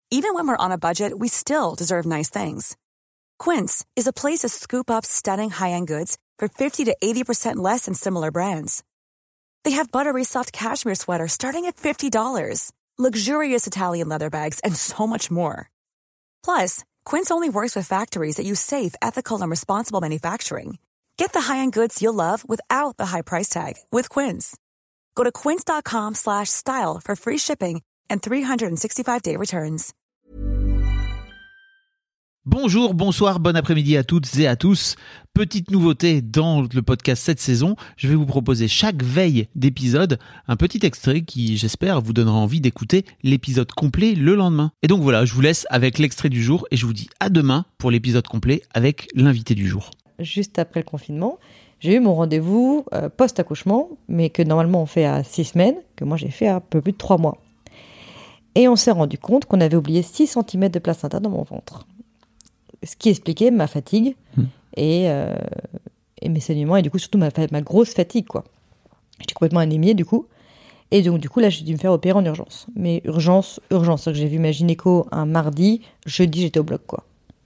Even when we're on a budget, we still deserve nice things. Quince is a place to scoop up stunning high-end goods for 50 to 80% less than similar brands. They have buttery soft cashmere sweaters starting at $50, luxurious Italian leather bags, and so much more. Plus, Quince only works with factories that use safe, ethical, and responsible manufacturing. Get the high-end goods you'll love without the high price tag with Quince. Go to quince.com/style for free shipping and 365-day returns. Bonjour, bonsoir, bon après-midi à toutes et à tous. Petite nouveauté dans le podcast cette saison, je vais vous proposer chaque veille d'épisode un petit extrait qui, j'espère, vous donnera envie d'écouter l'épisode complet le lendemain. Et donc voilà, je vous laisse avec l'extrait du jour et je vous dis à demain pour l'épisode complet avec l'invité du jour. Juste après le confinement, j'ai eu mon rendez-vous post-accouchement, mais que normalement on fait à 6 semaines, que moi j'ai fait à un peu plus de 3 mois. Et on s'est rendu compte qu'on avait oublié 6 cm de placenta dans mon ventre. Ce qui expliquait ma fatigue et mes saignements, et du coup surtout ma grosse fatigue, quoi. J'étais complètement anémiée du coup. Et donc du coup là j'ai dû me faire opérer en urgence. Mais urgence. C'est-à-dire que j'ai vu ma gynéco un mardi, jeudi j'étais au bloc, quoi.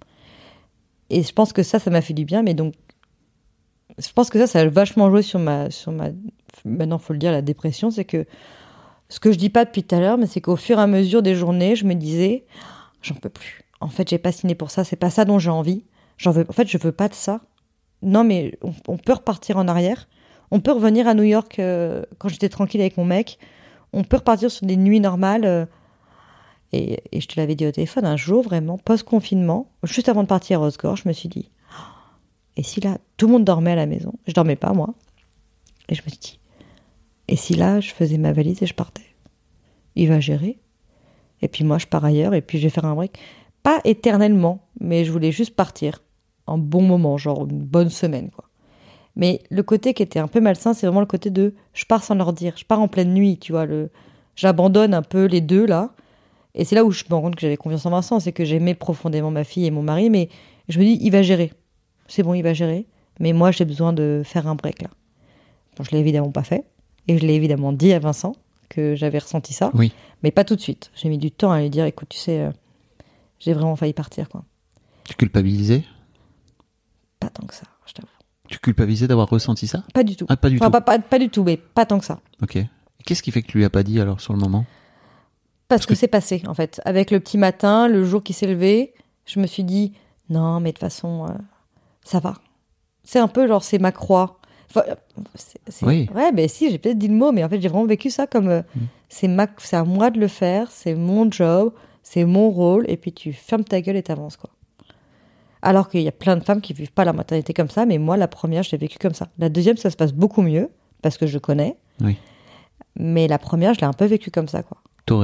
Et je pense que ça m'a fait du bien, mais donc je pense que ça a vachement joué sur ma maintenant faut le dire, la dépression. C'est que ce que je dis pas depuis tout à l'heure, mais c'est qu'au fur et à mesure des journées, je me disais j'en peux plus. En fait, j'ai pas signé pour ça, c'est pas ça dont j'ai envie. En fait, je veux pas de ça. Non, mais on peut repartir en arrière. On peut revenir à New York quand j'étais tranquille avec mon mec. On peut repartir sur des nuits normales. Et je te l'avais dit au téléphone, un jour, vraiment, post-confinement, juste avant de partir à Osgore, je me suis dit, et si là, tout le monde dormait à la maison? Je dormais pas, moi. Et je me suis dit, et si là, je faisais ma valise et je partais? Il va gérer. Et puis moi, je pars ailleurs, et puis je vais faire un break. Pas éternellement, mais je voulais juste partir. Un bon moment, genre une bonne semaine, quoi. Mais le côté qui était un peu malsain, c'est vraiment le côté de je pars sans leur dire. Je pars en pleine nuit, tu vois. J'abandonne un peu les deux, là. Et c'est là où je me rends compte que j'avais confiance en Vincent. C'est que j'aimais profondément ma fille et mon mari, mais je me dis, il va gérer. C'est bon, il va gérer. Mais moi, j'ai besoin de faire un break, là. Bon, je l'ai évidemment pas fait. Et je l'ai évidemment dit à Vincent que j'avais ressenti ça. Oui. Mais pas tout de suite. J'ai mis du temps à lui dire, écoute, tu sais... j'ai vraiment failli partir, quoi. Tu culpabilisais? Pas tant que ça, je t'avoue. Tu culpabilisais d'avoir ressenti ça? Pas du tout. Ah, pas du tout. Pas du tout, mais pas tant que ça. Ok. Qu'est-ce qui fait que tu lui as pas dit alors sur le moment? Parce que c'est passé, en fait. Avec le petit matin, le jour qui s'est levé, je me suis dit, non, mais de toute façon, ça va. C'est un peu genre, c'est ma croix. Enfin, Oui. Ouais, ben si, j'ai peut-être dit le mot, mais en fait, j'ai vraiment vécu ça comme, c'est à moi de le faire, c'est mon job, c'est mon rôle, et puis tu fermes ta gueule et t'avances, quoi. Alors qu'il y a plein de femmes qui vivent pas la maternité comme ça, mais moi, la première, je l'ai vécue comme ça. La deuxième, ça se passe beaucoup mieux, parce que je connais. Oui. Mais la première, je l'ai un peu vécue comme ça, quoi.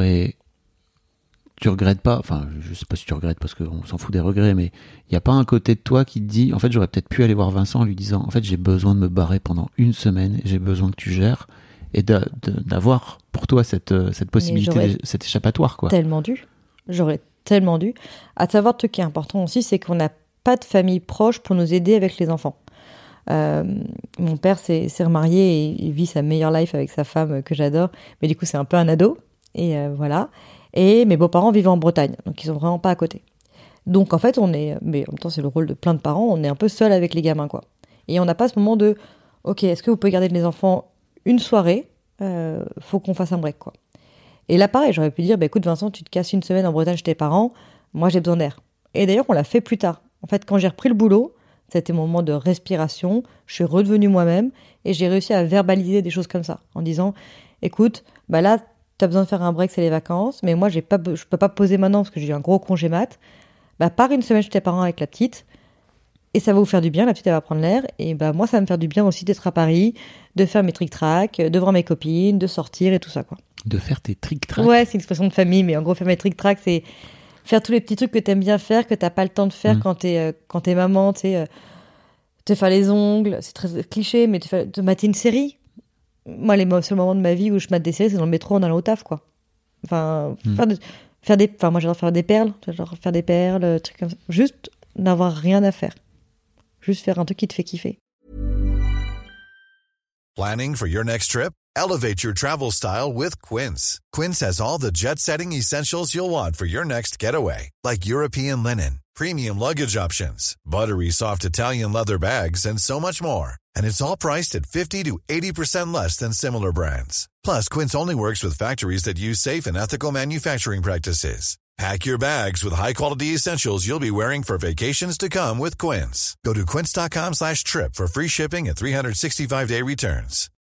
Tu regrettes pas, enfin, je sais pas si tu regrettes parce qu'on s'en fout des regrets, mais il y a pas un côté de toi qui te dit, en fait, j'aurais peut-être pu aller voir Vincent en lui disant, en fait, j'ai besoin de me barrer pendant une semaine, et j'ai besoin que tu gères, et d'avoir pour toi cette possibilité, cet échappatoire, quoi. J'aurais tellement dû. À savoir, le truc qui est important aussi, c'est qu'on n'a pas de famille proche pour nous aider avec les enfants. Mon père s'est remarié et il vit sa meilleure life avec sa femme que j'adore, mais du coup, c'est un peu un ado, et voilà. Et mes beaux-parents vivent en Bretagne, donc ils sont vraiment pas à côté. Donc en fait, mais en même temps, c'est le rôle de plein de parents, on est un peu seul avec les gamins, quoi. Et on n'a pas ce moment de, ok, est-ce que vous pouvez garder les enfants une soirée? Faut qu'on fasse un break, quoi. Et là, pareil, j'aurais pu dire, écoute Vincent, tu te casses une semaine en Bretagne chez tes parents, moi j'ai besoin d'air. Et d'ailleurs, on l'a fait plus tard. En fait, quand j'ai repris le boulot, c'était mon moment de respiration, je suis redevenue moi-même, et j'ai réussi à verbaliser des choses comme ça, en disant, écoute, là, t'as besoin de faire un break, c'est les vacances, mais moi, je peux pas poser maintenant parce que j'ai eu un gros congé mat. Pars une semaine chez tes parents avec la petite, et ça va vous faire du bien, la petite, elle va prendre l'air, et moi, ça va me faire du bien aussi d'être à Paris, de faire mes tric-trac, de voir mes copines, de sortir et tout ça, quoi. De faire tes tric-trac? Ouais, c'est une expression de famille, mais en gros, faire mes tric-trac, c'est faire tous les petits trucs que t'aimes bien faire, que t'as pas le temps de faire quand t'es maman, tu sais, te faire les ongles, c'est très cliché, mais te mater une série. Moi, les seuls moments de ma vie où je mate des séries, c'est dans le métro en allant au taf, quoi. Enfin, moi, j'adore faire des perles, trucs comme ça. Juste n'avoir rien à faire. Juste faire un truc qui te fait kiffer. Planning for your next trip? Elevate your travel style with Quince. Quince has all the jet-setting essentials you'll want for your next getaway, like European linen, premium luggage options, buttery soft Italian leather bags, and so much more. And it's all priced at 50 to 80% less than similar brands. Plus, Quince only works with factories that use safe and ethical manufacturing practices. Pack your bags with high-quality essentials you'll be wearing for vacations to come with Quince. Go to quince.com/trip for free shipping and 365-day returns.